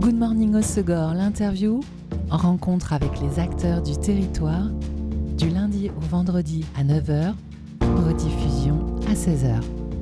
Good Morning Hossegor, l'interview, rencontre avec les acteurs du territoire, du lundi au vendredi à 9h, rediffusion à 16h.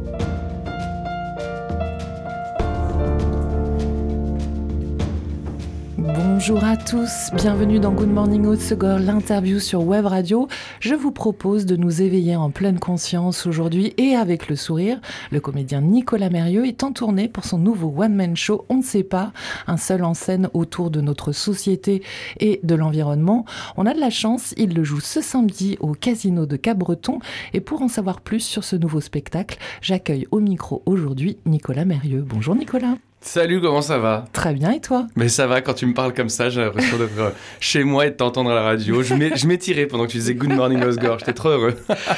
Bonjour à tous, bienvenue dans Good Morning Hossegor, l'interview sur Web Radio. Je vous propose de nous éveiller en pleine conscience aujourd'hui et avec le sourire. Le comédien Nicolas Mérieux est en tournée pour son nouveau one-man show On ne sait pas, un seul en scène autour de notre société et de l'environnement. On a de la chance, il le joue ce samedi au Casino de Cap-Breton. Et pour en savoir plus sur ce nouveau spectacle, j'accueille au micro aujourd'hui Nicolas Mérieux. Bonjour Nicolas. Salut, comment ça va ? Très bien, et toi ? Mais ça va, quand tu me parles comme ça, j'ai l'impression d'être chez moi et de t'entendre à la radio. Je m'étirais pendant que tu disais Good Morning Hossegor, j'étais trop heureux.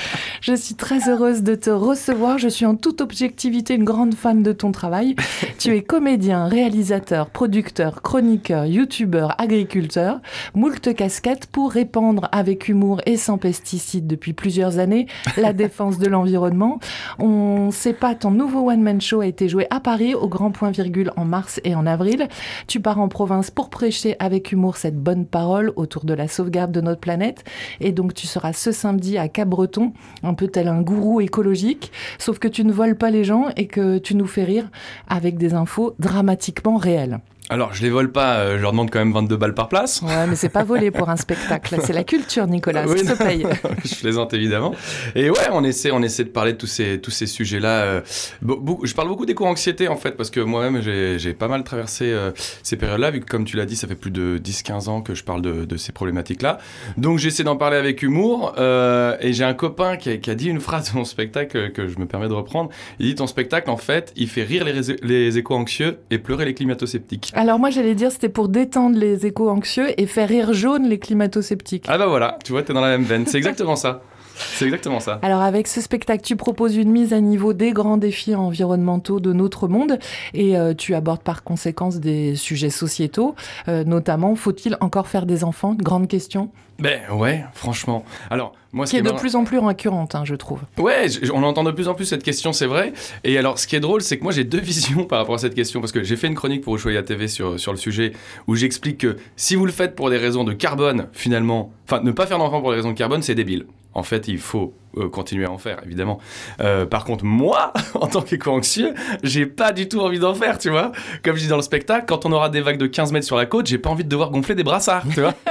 Je suis très heureuse de te recevoir, je suis en toute objectivité une grande fan de ton travail. Tu es comédien, réalisateur, producteur, chroniqueur, youtubeur, agriculteur, moult casquettes pour répandre avec humour et sans pesticides depuis plusieurs années la défense de l'environnement. On ne sait pas, ton nouveau one-man show a été joué à Paris au Grand Point Virgule en mars et en avril. Tu pars en province pour prêcher avec humour cette bonne parole autour de la sauvegarde de notre planète. Et donc tu seras ce samedi à Cap-Breton, un peu tel un gourou écologique, sauf que tu ne voles pas les gens et que tu nous fais rire avec des infos dramatiquement réelles. Alors, je les vole pas, je leur demande quand même 22 balles par place. Ouais, mais c'est pas volé pour un spectacle, c'est la culture, Nicolas, oui, ça se paye. Je plaisante évidemment. Et ouais, on essaie de parler de tous ces sujets-là. Je parle beaucoup d'éco-anxiété en fait, parce que moi-même j'ai pas mal traversé ces périodes-là, vu que comme tu l'as dit, ça fait plus de 10-15 ans que je parle de ces problématiques-là. Donc j'essaie d'en parler avec humour, et j'ai un copain qui a dit une phrase de mon spectacle que je me permets de reprendre. Il dit, ton spectacle en fait, il fait rire les éco-anxieux et pleurer les climato-sceptiques. Alors moi j'allais dire c'était pour détendre les éco-anxieux et faire rire jaune les climato-sceptiques. Ah bah voilà, tu vois, t'es dans la même veine, c'est exactement ça. C'est exactement ça. Alors avec ce spectacle, tu proposes une mise à niveau des grands défis environnementaux de notre monde et tu abordes par conséquence des sujets sociétaux, notamment faut-il encore faire des enfants ? Grande question. Ben ouais, franchement. Alors, moi, qui est de plus en plus récurrente, je trouve. Ouais, on entend de plus en plus cette question, c'est vrai. Et alors, ce qui est drôle, c'est que moi, j'ai deux visions par rapport à cette question, parce que j'ai fait une chronique pour Ushuaïa TV sur le sujet, où j'explique que si vous le faites pour des raisons de carbone, finalement, enfin, ne pas faire d'enfants pour des raisons de carbone, c'est débile. En fait, il faut continuer à en faire, évidemment. Par contre, moi, en tant qu'éco-anxieux, j'ai pas du tout envie d'en faire, tu vois. Comme je dis dans le spectacle, quand on aura des vagues de 15 mètres sur la côte, j'ai pas envie de devoir gonfler des brassards, tu vois.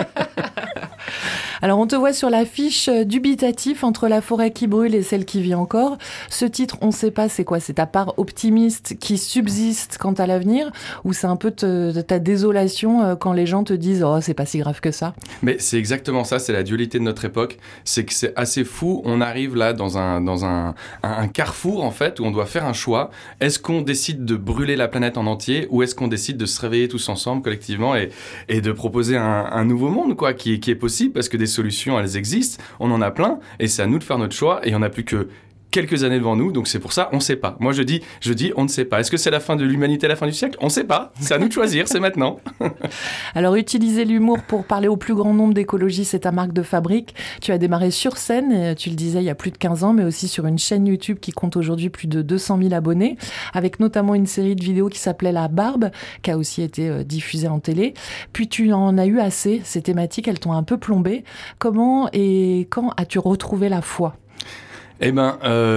Alors on te voit sur l'affiche dubitatif entre la forêt qui brûle et celle qui vit encore. Ce titre, on ne sait pas c'est quoi, c'est ta part optimiste qui subsiste quant à l'avenir, ou c'est un peu ta désolation quand les gens te disent « Oh, c'est pas si grave que ça ». Mais c'est exactement ça, c'est la dualité de notre époque. C'est que c'est assez fou, on arrive là dans un carrefour en fait, où on doit faire un choix. Est-ce qu'on décide de brûler la planète en entier, ou est-ce qu'on décide de se réveiller tous ensemble, collectivement, et de proposer un nouveau monde quoi, qui est possible, parce que des solutions, elles existent, on en a plein, et c'est à nous de faire notre choix, et il n'y en a plus que quelques années devant nous, donc c'est pour ça, on ne sait pas. Moi, je dis, on ne sait pas. Est-ce que c'est la fin de l'humanité, la fin du siècle ? On ne sait pas. C'est à nous de choisir, c'est maintenant. Alors, utiliser l'humour pour parler au plus grand nombre d'écologie, c'est ta marque de fabrique. Tu as démarré sur scène, tu le disais, il y a plus de 15 ans, mais aussi sur une chaîne YouTube qui compte aujourd'hui plus de 200 000 abonnés, avec notamment une série de vidéos qui s'appelait La Barbe, qui a aussi été diffusée en télé. Puis tu en as eu assez, ces thématiques, elles t'ont un peu plombé. Comment et quand as-tu retrouvé la foi ? Eh ben,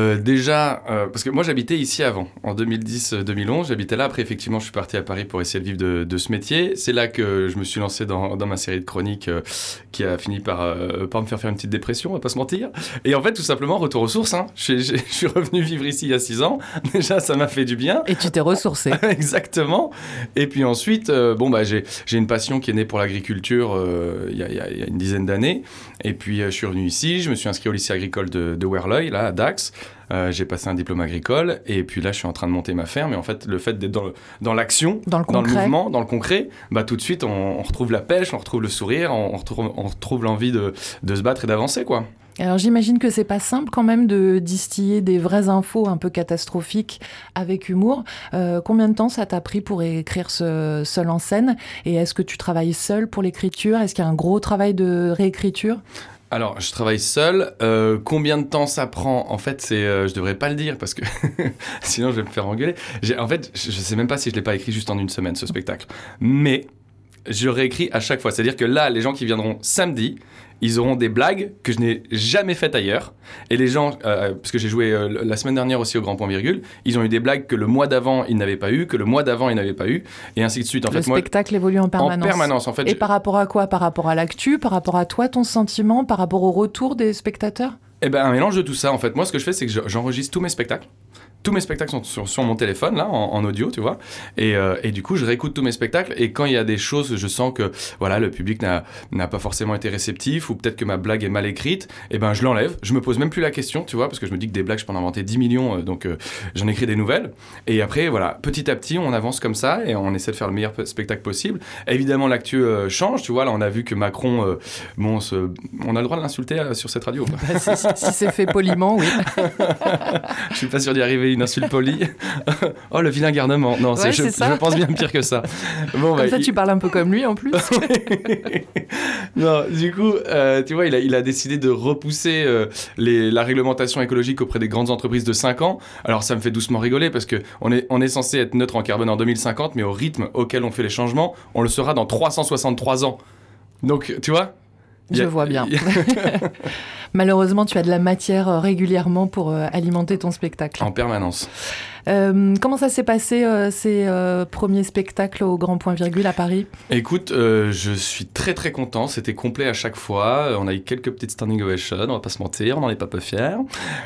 déjà, parce que moi j'habitais ici avant, en 2010-2011, j'habitais là. Après, effectivement, je suis parti à Paris pour essayer de vivre de ce métier. C'est là que je me suis lancé dans ma série de chroniques qui a fini par me faire une petite dépression, on va pas se mentir. Et en fait, tout simplement, retour aux sources. Je suis revenu vivre ici il y a 6 ans. Déjà, ça m'a fait du bien. Et tu t'es ressourcé. Exactement. Et puis ensuite, j'ai une passion qui est née pour l'agriculture il y a une dizaine d'années. Et puis, je suis revenu ici, je me suis inscrit au lycée agricole de Werleuil, là, à Dax. J'ai passé un diplôme agricole et puis là je suis en train de monter ma ferme, et en fait le fait d'être dans l'action, dans le mouvement, dans le concret, tout de suite on retrouve la pêche, on retrouve le sourire, on retrouve l'envie de se battre et d'avancer quoi. Alors j'imagine que c'est pas simple quand même de distiller des vraies infos un peu catastrophiques avec humour. Combien de temps ça t'a pris pour écrire ce Seul en scène ? Et est-ce que tu travailles seul pour l'écriture ? Est-ce qu'il y a un gros travail de réécriture ? Alors, je travaille seul. Combien de temps ça prend? En fait, je devrais pas le dire parce que sinon je vais me faire engueuler. En fait, je sais même pas si je l'ai pas écrit juste en une semaine, ce spectacle. Mais je réécris à chaque fois. C'est-à-dire que là, les gens qui viendront samedi, ils auront des blagues que je n'ai jamais faites ailleurs. Et les gens, parce que j'ai joué la semaine dernière aussi au Grand Point Virgule, ils ont eu des blagues que le mois d'avant, ils n'avaient pas eu, que le mois d'avant, ils n'avaient pas eu, et ainsi de suite. En le fait, spectacle évolue en permanence. En permanence, en fait. Et par rapport à quoi? Par rapport à l'actu? Par rapport à toi, ton sentiment? Par rapport au retour des spectateurs? Eh ben, un mélange de tout ça, en fait. Moi, ce que je fais, c'est que j'enregistre tous mes spectacles. Tous mes spectacles sont sur mon téléphone, là, en audio, tu vois. Et du coup, je réécoute tous mes spectacles. Et quand il y a des choses, je sens que voilà, le public n'a pas forcément été réceptif, ou peut-être que ma blague est mal écrite, et ben je l'enlève. Je me pose même plus la question, tu vois, parce que je me dis que des blagues, je peux en inventer 10 millions, donc j'en écris des nouvelles. Et après, voilà, petit à petit, on avance comme ça, et on essaie de faire le meilleur spectacle possible. Évidemment, l'actu change, tu vois. Là, on a vu que Macron, on a le droit de l'insulter sur cette radio. Si c'est fait poliment, oui. Je suis pas sûr d'y arriver. Une insulte polie. Oh, le vilain garnement. Non, ouais, je pense bien pire que ça. Bon, comme ça, tu parles un peu comme lui en plus. Non, du coup, tu vois, il a décidé de repousser la réglementation écologique auprès des grandes entreprises de 5 ans. Alors, ça me fait doucement rigoler parce qu'on est censé être neutre en carbone en 2050, mais au rythme auquel on fait les changements, on le sera dans 363 ans. Donc, tu vois, je vois bien. Malheureusement, tu as de la matière régulièrement pour alimenter ton spectacle. En permanence. Comment ça s'est passé, ces premiers spectacles au Grand Point Virgule à Paris? Écoute, je suis très très content. C'était complet à chaque fois. On a eu quelques petites standing ovations, on va pas se mentir, on n'en est pas peu fiers.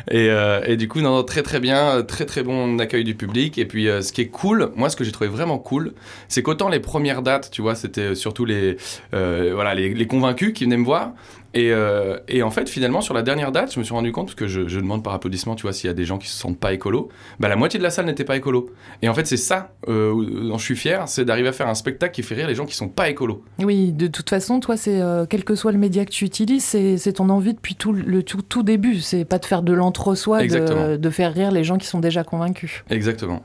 Et du coup, non, très très bien, très très bon accueil du public. Et puis, ce qui est cool, moi, ce que j'ai trouvé vraiment cool, c'est qu'autant les premières dates, tu vois, c'était surtout les convaincus qui venaient me voir. Et en fait, finalement, sur la dernière date, je me suis rendu compte, parce que je demande par applaudissement, tu vois, s'il y a des gens qui se sentent pas écolos, bah la moitié de la salle n'était pas écolo. Et en fait, c'est ça dont je suis fier, c'est d'arriver à faire un spectacle qui fait rire les gens qui sont pas écolos. Oui, de toute façon, toi, c'est quel que soit le média que tu utilises, c'est ton envie depuis tout début. C'est pas de faire de l'entre-soi, de faire rire les gens qui sont déjà convaincus. Exactement.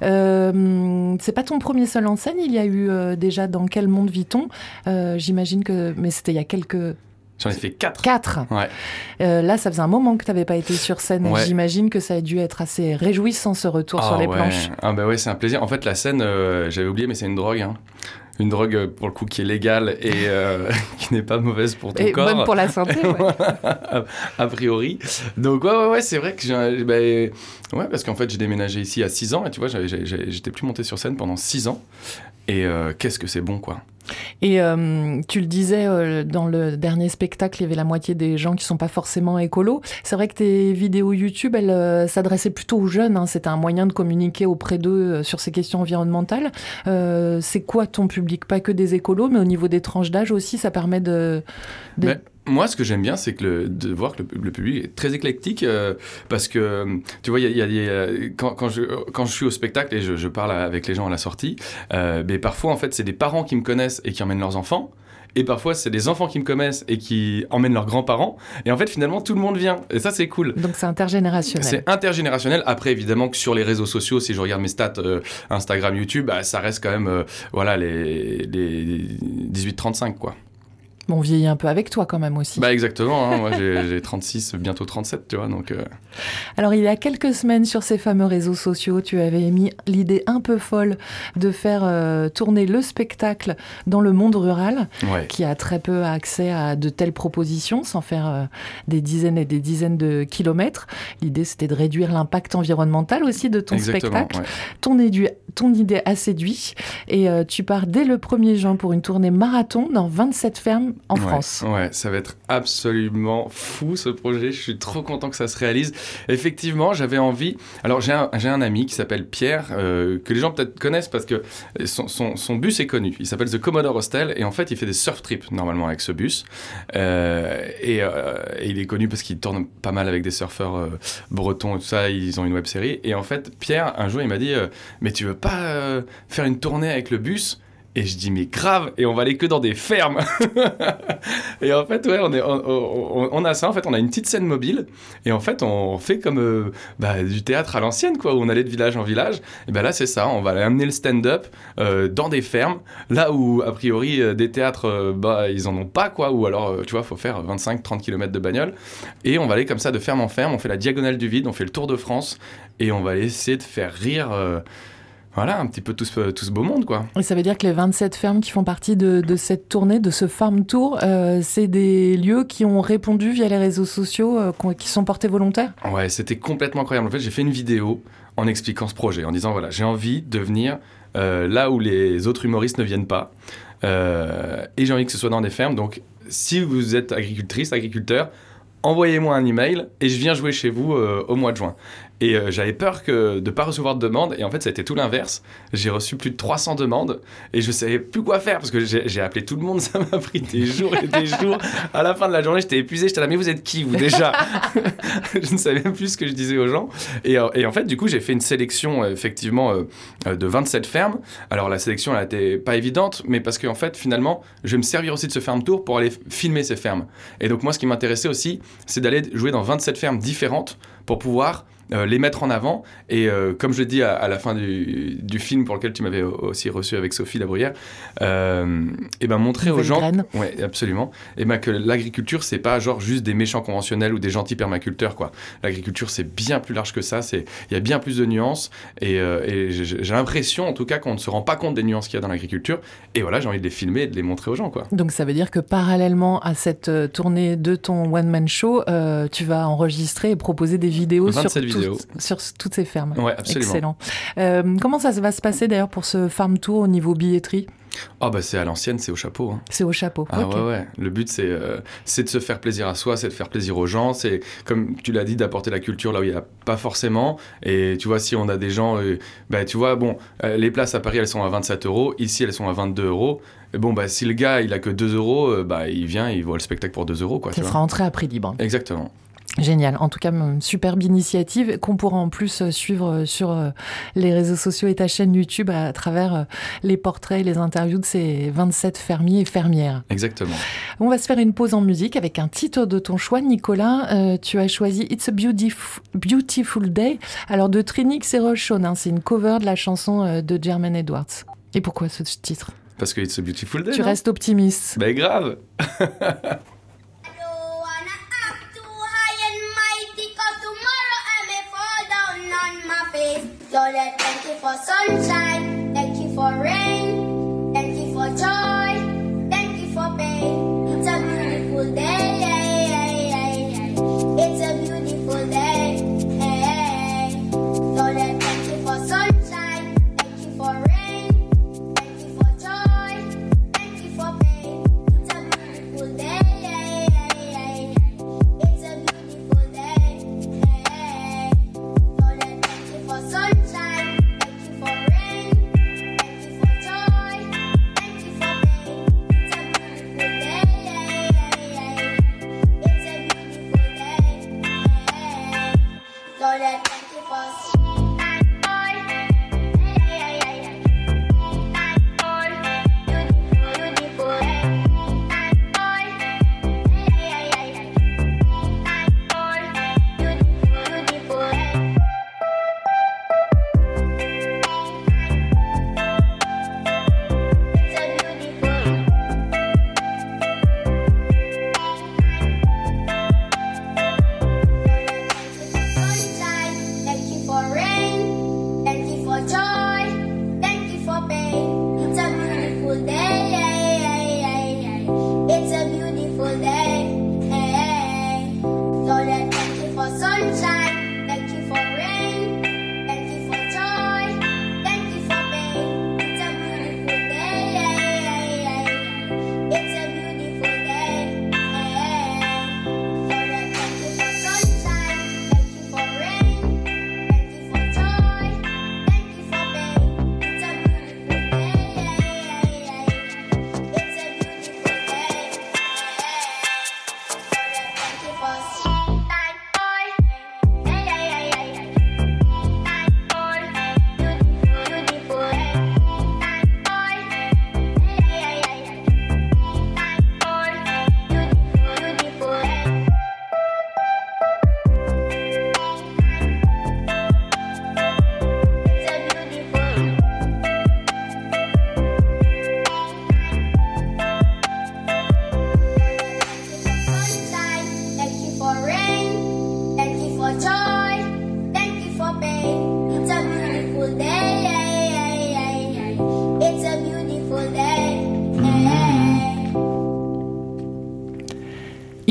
C'est pas ton premier seul en scène, il y a eu déjà Dans quel monde vit-on? J'imagine que... Mais c'était il y a quelques... J'en ai fait 4. 4 Ouais. Là, ça faisait un moment que tu n'avais pas été sur scène. Ouais. J'imagine que ça a dû être assez réjouissant, ce retour sur les planches. Ah bah ouais, c'est un plaisir. En fait, la scène, j'avais oublié, mais c'est une drogue. Hein. Une drogue, pour le coup, qui est légale et qui n'est pas mauvaise pour ton corps. Et bonne pour la santé, ouais. A priori. Donc, ouais, c'est vrai que ouais, parce qu'en fait, j'ai déménagé ici à 6 ans. Et tu vois, j'étais plus monté sur scène pendant 6 ans. Et qu'est-ce que c'est bon, quoi. Et tu le disais, dans le dernier spectacle, il y avait la moitié des gens qui ne sont pas forcément écolos. C'est vrai que tes vidéos YouTube, elles s'adressaient plutôt aux jeunes. Hein. C'était un moyen de communiquer auprès d'eux sur ces questions environnementales. C'est quoi ton public? Pas que des écolos, mais au niveau des tranches d'âge aussi, ça permet de... Mais... Moi, ce que j'aime bien, c'est de voir que le public est très éclectique parce que, tu vois, quand je suis au spectacle et je parle avec les gens à la sortie, mais parfois, en fait, c'est des parents qui me connaissent et qui emmènent leurs enfants. Et parfois, c'est des enfants qui me connaissent et qui emmènent leurs grands-parents. Et en fait, finalement, tout le monde vient. Et ça, c'est cool. Donc, c'est intergénérationnel. C'est intergénérationnel. Après, évidemment, que sur les réseaux sociaux, si je regarde mes stats Instagram, YouTube, ça reste quand même les 18-35, quoi. Bon, on vieillit un peu avec toi quand même aussi. Bah exactement, hein. Moi j'ai 36, bientôt 37, tu vois, donc... Alors il y a quelques semaines sur ces fameux réseaux sociaux, tu avais émis l'idée un peu folle de faire tourner le spectacle dans le monde rural, ouais. Qui a très peu accès à de telles propositions, sans faire des dizaines et des dizaines de kilomètres. L'idée c'était de réduire l'impact environnemental aussi de ton spectacle. Ouais. Ton idée a séduit et tu pars dès le 1er juin pour une tournée marathon dans 27 fermes en France. Ouais, ça va être absolument fou ce projet. Je suis trop content que ça se réalise. Effectivement, j'avais envie. Alors, j'ai un ami qui s'appelle Pierre, que les gens peut-être connaissent parce que son bus est connu. Il s'appelle The Commodore Hostel et en fait, il fait des surf trips normalement avec ce bus. Et il est connu parce qu'il tourne pas mal avec des surfeurs bretons et tout ça. Ils ont une web série. Et en fait, Pierre, un jour, il m'a dit mais tu veux pas faire une tournée avec le bus ? Et je dis, mais grave, et on va aller que dans des fermes. Et en fait, ouais, on a ça, en fait, on a une petite scène mobile, et en fait, on fait comme du théâtre à l'ancienne, quoi, où on allait de village en village. Et ben là, c'est ça, on va aller amener le stand-up dans des fermes, là où, a priori, des théâtres, ils en ont pas, quoi, ou alors, tu vois, faut faire 25-30 km de bagnole. Et on va aller comme ça de ferme en ferme, on fait la diagonale du vide, on fait le tour de France, et on va essayer de faire rire... Voilà, un petit peu tout ce beau monde, quoi. Et ça veut dire que les 27 fermes qui font partie de cette tournée, de ce farm tour, c'est des lieux qui ont répondu via les réseaux sociaux, qui sont portés volontaires ? Ouais, c'était complètement incroyable. En fait, j'ai fait une vidéo en expliquant ce projet, en disant, voilà, j'ai envie de venir là où les autres humoristes ne viennent pas. Et j'ai envie que ce soit dans des fermes. Donc, si vous êtes agricultrice, agriculteur, envoyez-moi un email et je viens jouer chez vous au mois de juin. Et j'avais peur de ne pas recevoir de demandes. Et en fait, ça a été tout l'inverse. J'ai reçu plus de 300 demandes et je ne savais plus quoi faire parce que j'ai appelé tout le monde. Ça m'a pris des jours et des jours. À la fin de la journée, j'étais épuisé. J'étais là, mais vous êtes qui, vous, déjà ? Je ne savais même plus ce que je disais aux gens. Et en fait, du coup, j'ai fait une sélection, effectivement, de 27 fermes. Alors, la sélection, elle n'était pas évidente, mais parce qu'en fait, finalement, je vais me servir aussi de ce farm tour pour aller filmer ces fermes. Et donc, moi, ce qui m'intéressait aussi, c'est d'aller jouer dans 27 fermes différentes pour pouvoir les mettre en avant. Et comme je le dis à la fin du film pour lequel tu m'avais aussi reçu avec Sophie Labruyère, et ben montrer aux gens, ouais, absolument, et ben que l'agriculture, c'est pas genre juste des méchants conventionnels ou des gentils permaculteurs, quoi. L'agriculture, c'est bien plus large que ça. Il y a bien plus de nuances. Et j'ai l'impression, en tout cas, qu'on ne se rend pas compte des nuances qu'il y a dans l'agriculture. Et voilà, j'ai envie de les filmer et de les montrer aux gens, quoi. Donc ça veut dire que parallèlement à cette tournée de ton one-man show, tu vas enregistrer et proposer des vidéos sur toutes ces fermes. Ouais, absolument. Excellent. Comment ça va se passer d'ailleurs pour ce farm tour au niveau billetterie ? Oh bah c'est à l'ancienne, c'est au chapeau. Hein. C'est au chapeau. Ah okay. Ouais. Le but c'est de se faire plaisir à soi, c'est de faire plaisir aux gens. C'est comme tu l'as dit, d'apporter la culture là où il n'y a pas forcément. Et tu vois, si on a des gens, tu vois, les places à Paris elles sont à 27 €, ici elles sont à 22 €. Et bon si le gars il a que 2 €, il vient, il voit le spectacle pour 2 €, quoi. Ça sera entrée à prix libre. Exactement. Génial, en tout cas, superbe initiative qu'on pourra en plus suivre sur les réseaux sociaux et ta chaîne YouTube à travers les portraits et les interviews de ces 27 fermiers et fermières. Exactement. On va se faire une pause en musique avec un titre de ton choix, Nicolas. Tu as choisi It's a Beautiful Day. Alors de Trinix et Rochon, c'est une cover de la chanson de Jermaine Edwards. Et pourquoi ce titre ? Parce que It's a Beautiful Day. Tu restes optimiste. Ben grave. Lord, I thank you for sunshine, thank you for rain, thank you for joy, thank you for pain. It's a beautiful day, it's a beautiful day. Lord, I thank you for sunshine, thank you for rain, thank you for joy, thank you for pain. It's a beautiful day, it's a beautiful day. Lord, I thank you for sunshine. Thank you for rain,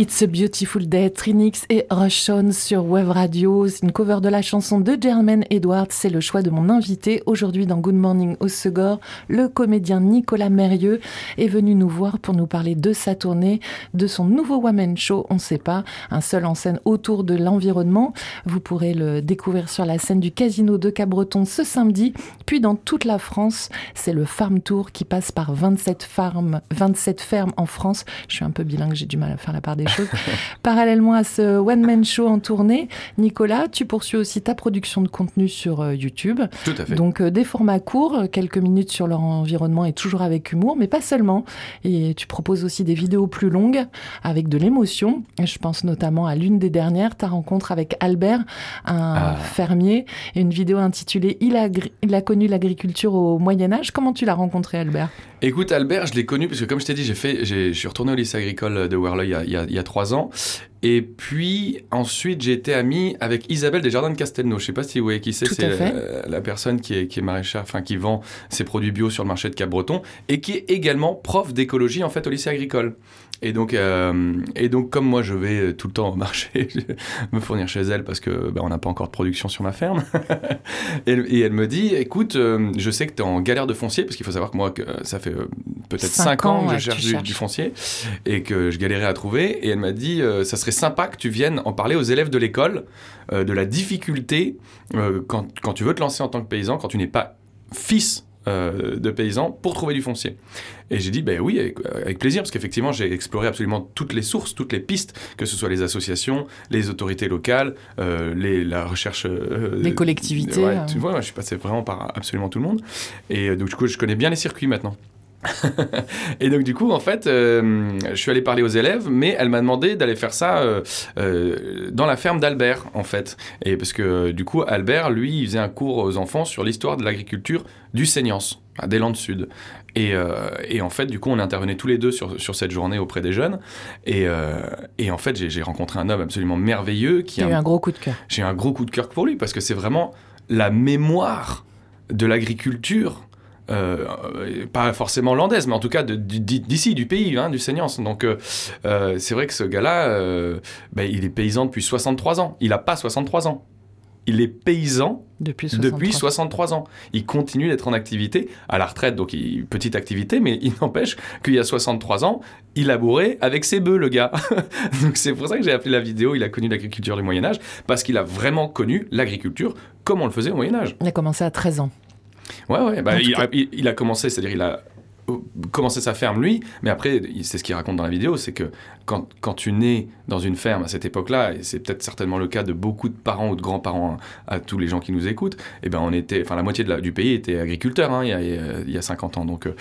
It's a Beautiful Day, Trinix et Rushon sur Wave Radio. C'est une cover de la chanson de Jermaine Edwards. C'est le choix de mon invité. Aujourd'hui dans Good Morning au Segor, le comédien Nicolas Mérieux est venu nous voir pour nous parler de sa tournée, de son nouveau one-man show, on ne sait pas, un seul en scène autour de l'environnement. Vous pourrez le découvrir sur la scène du Casino de Cabreton ce samedi. Puis dans toute la France, c'est le Farm Tour qui passe par 27 fermes en France. Je suis un peu bilingue, j'ai du mal à faire la part des choses. Parallèlement à ce one-man show en tournée, Nicolas, tu poursuis aussi ta production de contenu sur YouTube. Tout à fait. Donc des formats courts, quelques minutes sur leur environnement et toujours avec humour, mais pas seulement. Et tu proposes aussi des vidéos plus longues avec de l'émotion. Et je pense notamment à l'une des dernières, ta rencontre avec Albert, un fermier, et une vidéo intitulée « Il a connu l'agriculture au Moyen-Âge ». Comment tu l'as rencontré, Albert ? Écoute, Albert, je l'ai connu parce que comme je t'ai dit, je suis retourné au lycée agricole de Werleuil il y a 3 ans. Et puis ensuite, j'ai été ami avec Isabelle Desjardins de Castelnau. Je ne sais pas si vous voyez qui c'est. C'est la personne qui est maraîchère, enfin qui vend ses produits bio sur le marché de Cap-Breton et qui est également prof d'écologie en fait au lycée agricole. Et donc comme moi, je vais tout le temps au marché me fournir chez elle parce que on n'a pas encore de production sur ma ferme. et elle me dit, écoute, je sais que tu es en galère de foncier parce qu'il faut savoir que moi, ça fait peut-être 5 ans que je cherche du foncier et que je galérais à trouver. Et elle m'a dit, ça serait sympa que tu viennes en parler aux élèves de l'école de la difficulté quand tu veux te lancer en tant que paysan, quand tu n'es pas fils de paysans pour trouver du foncier. Et j'ai dit oui, avec plaisir, parce qu'effectivement j'ai exploré absolument toutes les sources, toutes les pistes, que ce soit les associations, les autorités locales, la recherche, les collectivités. Tu vois, je suis passé vraiment par absolument tout le monde. Et donc du coup je connais bien les circuits maintenant. Et donc du coup en fait je suis allé parler aux élèves, mais elle m'a demandé d'aller faire ça dans la ferme d'Albert en fait, et parce que du coup Albert lui il faisait un cours aux enfants sur l'histoire de l'agriculture du Seignance des Landes Sud, et en fait du coup on intervenait tous les deux sur cette journée auprès des jeunes, et en fait j'ai rencontré un homme absolument merveilleux qui a eu un gros coup de cœur. J'ai eu un gros coup de cœur pour lui parce que c'est vraiment la mémoire de l'agriculture. Pas forcément landaise, mais en tout cas d'ici, du pays, du Seignance. Donc c'est vrai que ce gars-là, il est paysan depuis 63 ans. Il n'a pas 63 ans. Il est paysan depuis 63 ans. Il continue d'être en activité, à la retraite, donc petite activité, mais il n'empêche qu'il y a 63 ans, il labourait avec ses bœufs, le gars. Donc c'est pour ça que j'ai appelé la vidéo « Il a connu l'agriculture du Moyen-Âge », parce qu'il a vraiment connu l'agriculture comme on le faisait au Moyen-Âge. Il a commencé à 13 ans. Ouais, il a commencé, c'est-à-dire il a commencé sa ferme lui, mais après, c'est ce qu'il raconte dans la vidéo, c'est que quand tu nais dans une ferme à cette époque-là, et c'est peut-être certainement le cas de beaucoup de parents ou de grands-parents à tous les gens qui nous écoutent, la moitié du pays était agriculteur il y a 50 ans, donc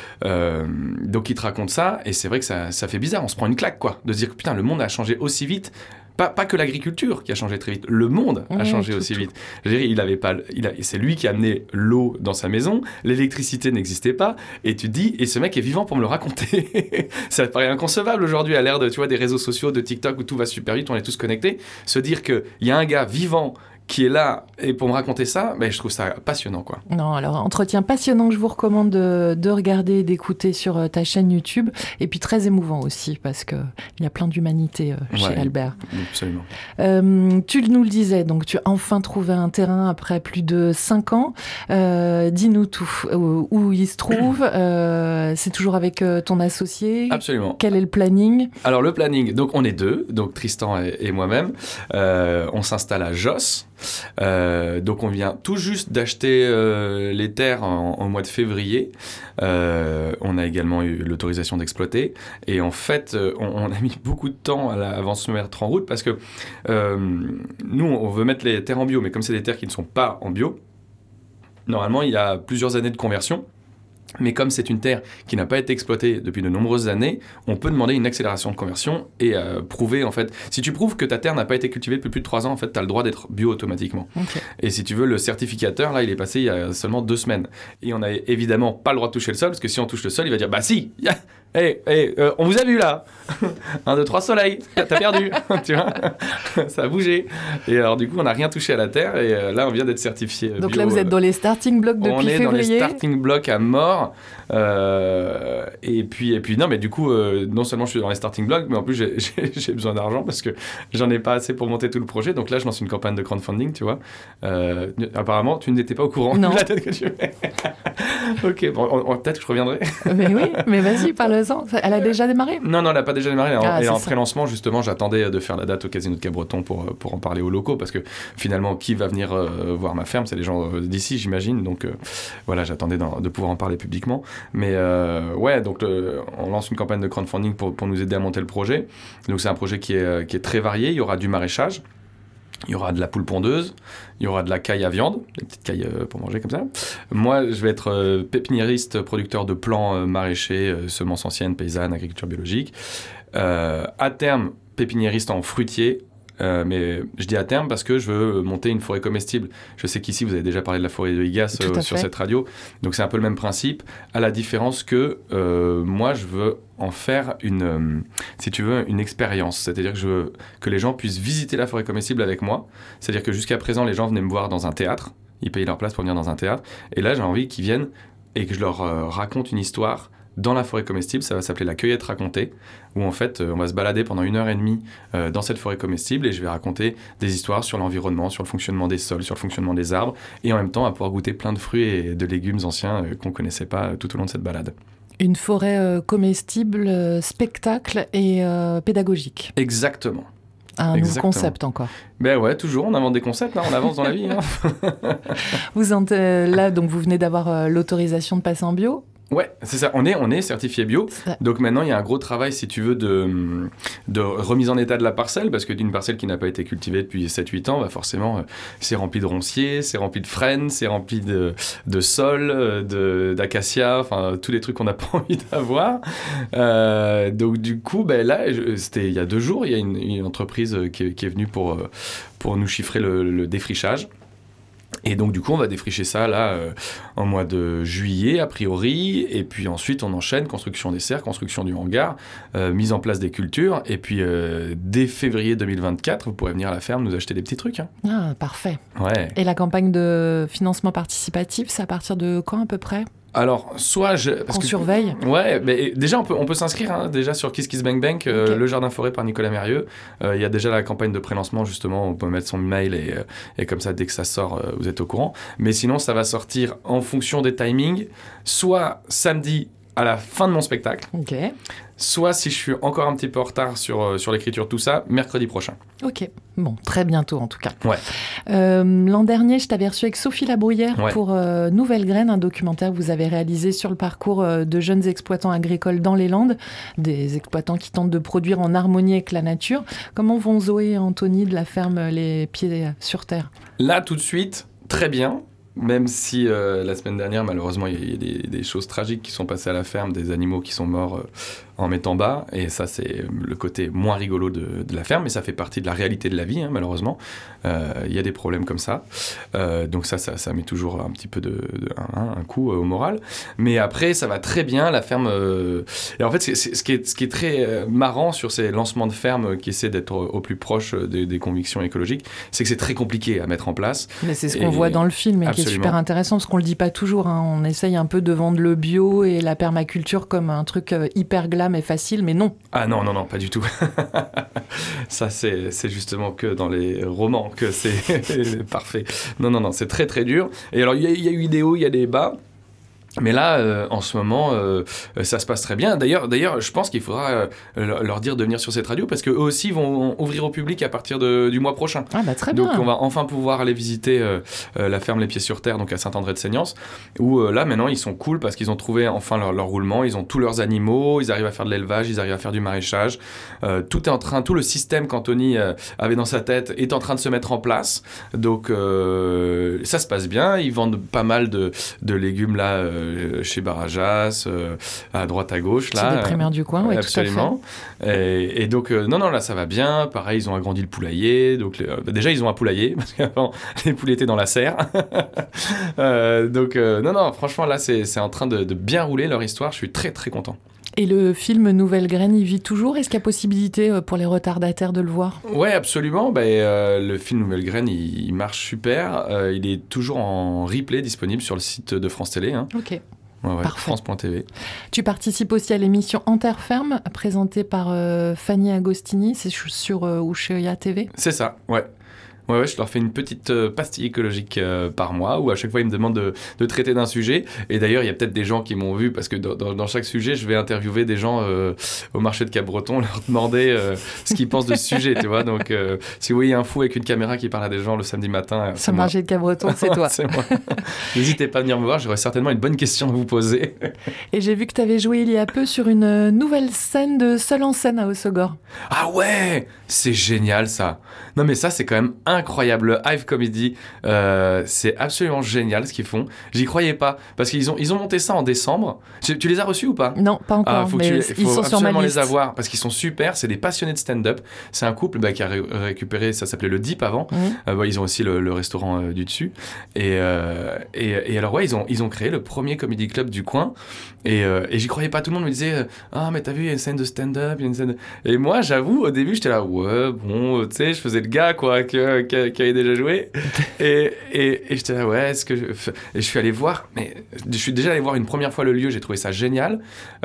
il te raconte ça, et c'est vrai que ça fait bizarre, on se prend une claque quoi, de se dire que putain, le monde a changé aussi vite. Pas que l'agriculture qui a changé très vite, le monde a changé aussi vite. Je veux dire, c'est lui qui a amené l'eau dans sa maison, l'électricité n'existait pas, et tu te dis, et ce mec est vivant pour me le raconter. Ça paraît inconcevable aujourd'hui à l'ère des réseaux sociaux, de TikTok où tout va super vite, on est tous connectés. Se dire qu'il y a un gars vivant qui est là et pour me raconter ça, je trouve ça passionnant quoi. Non, alors entretien passionnant que je vous recommande de regarder et d'écouter sur ta chaîne YouTube, et puis très émouvant aussi parce que il y a plein d'humanité chez Albert. Absolument. Tu nous le disais, donc tu as enfin trouvé un terrain après plus de 5 ans. Dis-nous tout, où il se trouve, c'est toujours avec ton associé. Absolument. Quel est le planning ? Alors le planning, donc on est deux, donc Tristan et moi-même, on s'installe à Josse. Donc on vient tout juste d'acheter les terres en mois de février. On a également eu l'autorisation d'exploiter, et en fait on a mis beaucoup de temps avant de se mettre en route parce que nous on veut mettre les terres en bio, mais comme c'est des terres qui ne sont pas en bio, normalement il y a plusieurs années de conversion. Mais comme c'est une terre qui n'a pas été exploitée depuis de nombreuses années, on peut demander une accélération de conversion et prouver, en fait, si tu prouves que ta terre n'a pas été cultivée depuis plus de 3 ans, en fait, tu as le droit d'être bio automatiquement. Okay. Et si tu veux, le certificateur, là, il est passé il y a seulement 2 semaines. Et on n'a évidemment pas le droit de toucher le sol, parce que si on touche le sol, il va dire, bah si, on vous a vu là. 1, 2, 3 soleil, t'as perdu, tu vois, ça a bougé. Et alors du coup, on n'a rien touché à la terre et là, on vient d'être certifié bio. Donc là, vous êtes dans les starting blocks depuis février. On est dans les starting blocks à mort. Et puis, non, mais du coup, non seulement je suis dans les starting blocks, mais en plus, j'ai besoin d'argent parce que j'en ai pas assez pour monter tout le projet. Donc là, je lance une campagne de crowdfunding, tu vois. Apparemment, tu n'étais pas au courant. Non. La tête que tu fais. Ok, bon, peut-être que je reviendrai. Mais oui, mais vas-y, parle-en. Elle a déjà démarré ? Non, elle n'a pas déjà démarré. Et en ça. Pré-lancement, justement, j'attendais de faire la date au Casino de Cabreton pour en parler aux locaux, parce que finalement, qui va venir voir ma ferme ? C'est les gens d'ici, j'imagine. Donc voilà, j'attendais de pouvoir en parler publiquement. Mais ouais, donc on lance une campagne de crowdfunding pour nous aider à monter le projet. Donc c'est un projet qui est très varié. Il y aura du maraîchage. Il y aura de la poule pondeuse, il y aura de la caille à viande, des petites cailles pour manger comme ça. Moi, je vais être pépiniériste, producteur de plants maraîchers, semences anciennes, paysannes, agriculture biologique. À terme, pépiniériste en fruitier. Mais je dis à terme parce que je veux monter une forêt comestible. Je sais qu'ici, vous avez déjà parlé de la forêt de Higas sur cette radio. Donc, c'est un peu le même principe, à la différence que moi, je veux en faire si tu veux, une expérience. C'est-à-dire que je veux que les gens puissent visiter la forêt comestible avec moi. C'est-à-dire que jusqu'à présent, les gens venaient me voir dans un théâtre. Ils payaient leur place pour venir dans un théâtre. Et là, j'ai envie qu'ils viennent et que je leur raconte une histoire dans la forêt comestible. Ça va s'appeler la cueillette racontée, où en fait on va se balader pendant 1h30 dans cette forêt comestible et je vais raconter des histoires sur l'environnement, sur le fonctionnement des sols, sur le fonctionnement des arbres, et en même temps à pouvoir goûter plein de fruits et de légumes anciens qu'on ne connaissait pas tout au long de cette balade. Une forêt comestible, spectacle et pédagogique. Exactement. Un nouveau concept encore. Ben ouais, toujours, on invente des concepts, hein, on avance dans la vie. Hein. Vous êtes là, donc vous venez d'avoir l'autorisation de passer en bio ? Ouais, c'est ça. On est certifié bio. Donc maintenant, il y a un gros travail, si tu veux, de remise en état de la parcelle, parce que d'une parcelle qui n'a pas été cultivée depuis 7-8 ans, bah forcément, c'est rempli de ronciers, c'est rempli de frênes, c'est rempli de sol, d'acacia, enfin, tous les trucs qu'on n'a pas envie d'avoir. Donc du coup, ben là, c'était il y a 2 jours, il y a une entreprise qui est venue pour nous chiffrer le défrichage. Et donc, du coup, on va défricher ça, là, en mois de juillet, a priori. Et puis ensuite, on enchaîne construction des serres, construction du hangar, mise en place des cultures. Et puis, dès février 2024, vous pourrez venir à la ferme nous acheter des petits trucs. Hein. Ah, parfait. Ouais. Et la campagne de financement participatif, c'est à partir de quand, à peu près ? Alors, qu'on surveille. Ouais, mais déjà, on peut s'inscrire hein, déjà sur KissKissBankBank, okay. Le Jardin Forêt par Nicolas Mérieux. Il y a déjà la campagne de prélancement, justement, on peut mettre son mail et comme ça, dès que ça sort, vous êtes au courant. Mais sinon, ça va sortir en fonction des timings, soit samedi à la fin de mon spectacle, okay. Soit, si je suis encore un petit peu en retard sur l'écriture, tout ça, mercredi prochain. Ok, bon, très bientôt en tout cas. Ouais. L'an dernier, je t'avais reçu avec Sophie Labrouillère pour Nouvelle Graine, un documentaire que vous avez réalisé sur le parcours de jeunes exploitants agricoles dans les Landes, des exploitants qui tentent de produire en harmonie avec la nature. Comment vont Zoé et Anthony de la ferme Les Pieds sur Terre ? Là, tout de suite, très bien. Même si la semaine dernière, malheureusement, il y a des choses tragiques qui sont passées à la ferme, des animaux qui sont morts en mettant bas. Et ça, c'est le côté moins rigolo de la ferme, mais ça fait partie de la réalité de la vie, hein, malheureusement. Il y a des problèmes comme ça. Donc ça met toujours un petit peu un coup au moral. Mais après, ça va très bien. La ferme... Et en fait, ce qui est très marrant sur ces lancements de ferme qui essaient d'être au plus proche des convictions écologiques, c'est que c'est très compliqué à mettre en place. Mais c'est ce qu'on voit dans le film et qui est super intéressant, parce qu'on le dit pas toujours. Hein. On essaye un peu de vendre le bio et la permaculture comme un truc hyper glam et facile, mais non. Ah non, pas du tout. Ça, c'est justement que dans les romans que c'est parfait. Non, c'est très très dur. Et alors, il y a eu des hauts, il y a des bas. Mais là, en ce moment, ça se passe très bien. D'ailleurs, je pense qu'il faudra leur dire de venir sur cette radio parce qu'eux aussi vont ouvrir au public à partir du mois prochain. Ah bah très bien. Donc on va enfin pouvoir aller visiter la ferme Les Pieds sur Terre, donc à Saint-André-de-Seignance, où là maintenant ils sont cool parce qu'ils ont trouvé enfin leur roulement, ils ont tous leurs animaux, ils arrivent à faire de l'élevage, ils arrivent à faire du maraîchage. Tout le système qu'Anthony avait dans sa tête est en train de se mettre en place. Donc ça se passe bien. Ils vendent pas mal de légumes là. Chez Barajas, à droite à gauche là. C'est des primaires du coin, oui, absolument. Tout à fait. Et donc non là ça va bien. Pareil, ils ont agrandi le poulailler. Donc déjà ils ont un poulailler parce qu'avant les poulets étaient dans la serre. Donc non franchement là c'est en train de bien rouler leur histoire. Je suis très très content. Et le film Nouvelle Graine, il vit toujours? Est-ce qu'il y a possibilité pour les retardataires de le voir? Ouais, absolument. Le film Nouvelle Graine, il marche super. Il est toujours en replay disponible sur le site de France Télé. Hein. Ok. Ouais, Parfait. France.tv. Tu participes aussi à l'émission En Terre Ferme, présentée par Fanny Agostini, c'est sur Ushuaïa TV. C'est ça, ouais. Ouais, je leur fais une petite pastille écologique par mois où à chaque fois ils me demandent de traiter d'un sujet. Et d'ailleurs, il y a peut-être des gens qui m'ont vu parce que dans chaque sujet, je vais interviewer des gens au marché de Cap-Breton, leur demander ce qu'ils pensent de ce sujet, tu vois. Donc, si vous voyez un fou avec une caméra qui parle à des gens le samedi matin, Ce marché de Cap-Breton, c'est toi. C'est moi. N'hésitez pas à venir me voir, j'aurai certainement une bonne question à vous poser. Et j'ai vu que tu avais joué il y a peu sur une nouvelle scène de Seul en scène à Hossegor. Ah ouais, c'est génial ça. Non mais ça c'est quand même incroyable. Le Hive Comedy, c'est absolument génial ce qu'ils font. J'y croyais pas parce qu'ils ont monté ça en décembre. Tu les as reçus ou pas? Non, pas encore, mais ils sont sur ma liste. Les avoir parce qu'ils sont super. C'est des passionnés de stand-up. C'est un couple qui a récupéré, ça s'appelait le Deep avant. Ils ont aussi le restaurant du dessus. Et alors ouais, ils ont créé le premier comedy club du coin. Et j'y croyais pas. Tout le monde me disait ah mais t'as vu, il y a une scène de stand-up, il y a une scène de... Et moi j'avoue au début j'étais là ouais bon tu sais je faisais le gars quoi qui avait déjà joué et j'étais là ouais est-ce que et je suis allé voir, mais je suis déjà allé voir une première fois le lieu, j'ai trouvé ça génial.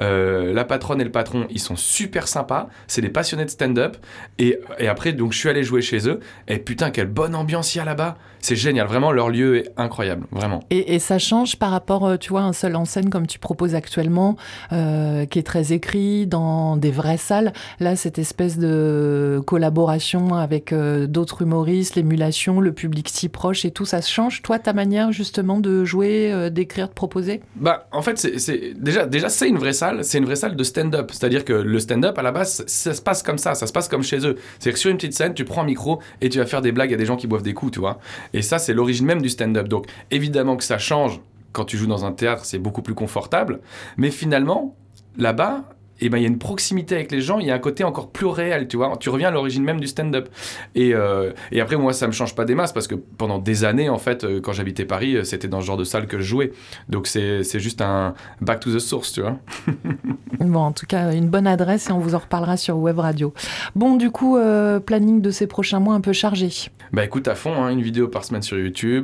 La patronne et le patron ils sont super sympas, c'est des passionnés de stand-up et après donc je suis allé jouer chez eux et putain quelle bonne ambiance il y a là-bas, c'est génial, vraiment leur lieu est incroyable vraiment. Et ça change par rapport tu vois un Seul en scène comme tu proposes actuellement qui est très écrit dans des vraies salles, là cette espèce de collaboration avec d'autres humoristes, l'émulation, le public si proche et tout, ça change toi ta manière justement de jouer, d'écrire, de proposer? En fait c'est déjà c'est une vraie salle de stand-up, c'est-à-dire que le stand-up à la base ça se passe comme ça se passe comme chez eux, c'est-à-dire que sur une petite scène tu prends un micro et tu vas faire des blagues à des gens qui boivent des coups, tu vois, et ça c'est l'origine même du stand-up, donc évidemment que ça change. Quand tu joues dans un théâtre, c'est beaucoup plus confortable. Mais finalement, là-bas, il y a une proximité avec les gens, il y a un côté encore plus réel, tu vois. Tu reviens à l'origine même du stand-up. Et après, moi, ça me change pas des masses, parce que pendant des années, en fait, quand j'habitais Paris, c'était dans ce genre de salle que je jouais. Donc, c'est juste un back to the source, tu vois. Bon, en tout cas, une bonne adresse, et on vous en reparlera sur Web Radio. Bon, du coup, planning de ces prochains mois un peu chargé. Écoute, à fond, une vidéo par semaine sur YouTube,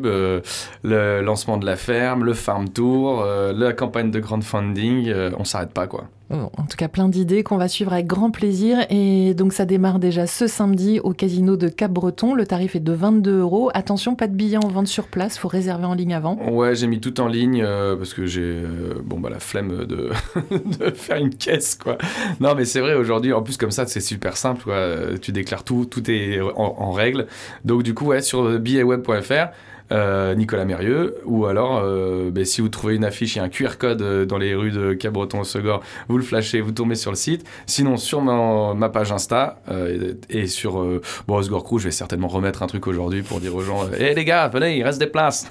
le lancement de la ferme, le farm tour, la campagne de crowdfunding, on s'arrête pas, quoi. En tout cas, plein d'idées qu'on va suivre avec grand plaisir. Et donc, ça démarre déjà ce samedi au casino de Cap-Breton. Le tarif est de 22 €. Attention, pas de billets en vente sur place. Il faut réserver en ligne avant. Ouais, j'ai mis tout en ligne parce que j'ai la flemme de faire une caisse, quoi. Non, mais c'est vrai, aujourd'hui, en plus, comme ça, c'est super simple, quoi. Tu déclares tout est en règle. Donc, du coup, sur billetweb.fr, Nicolas Mérieux, ou alors si vous trouvez une affiche, il y a un QR code dans les rues de Cap-Breton-Hossegor, vous le flashez, vous tombez sur le site. Sinon sur ma page Insta et sur Hossegor Crew, je vais certainement remettre un truc aujourd'hui pour dire aux gens les gars, venez, il reste des places.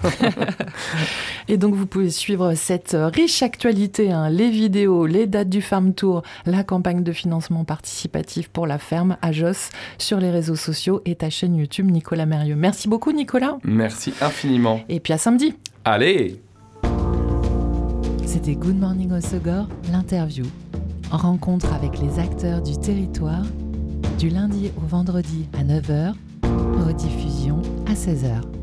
Et donc vous pouvez suivre cette riche actualité, les vidéos, les dates du Farm Tour, la campagne de financement participatif pour la ferme à Josse sur les réseaux sociaux et ta chaîne YouTube Nicolas Mérieux. Merci beaucoup Nicolas. Merci infiniment. Et puis à samedi. Allez. C'était Good Morning Hossegor, l'interview. Rencontre avec les acteurs du territoire, du lundi au vendredi à 9h, rediffusion à 16h.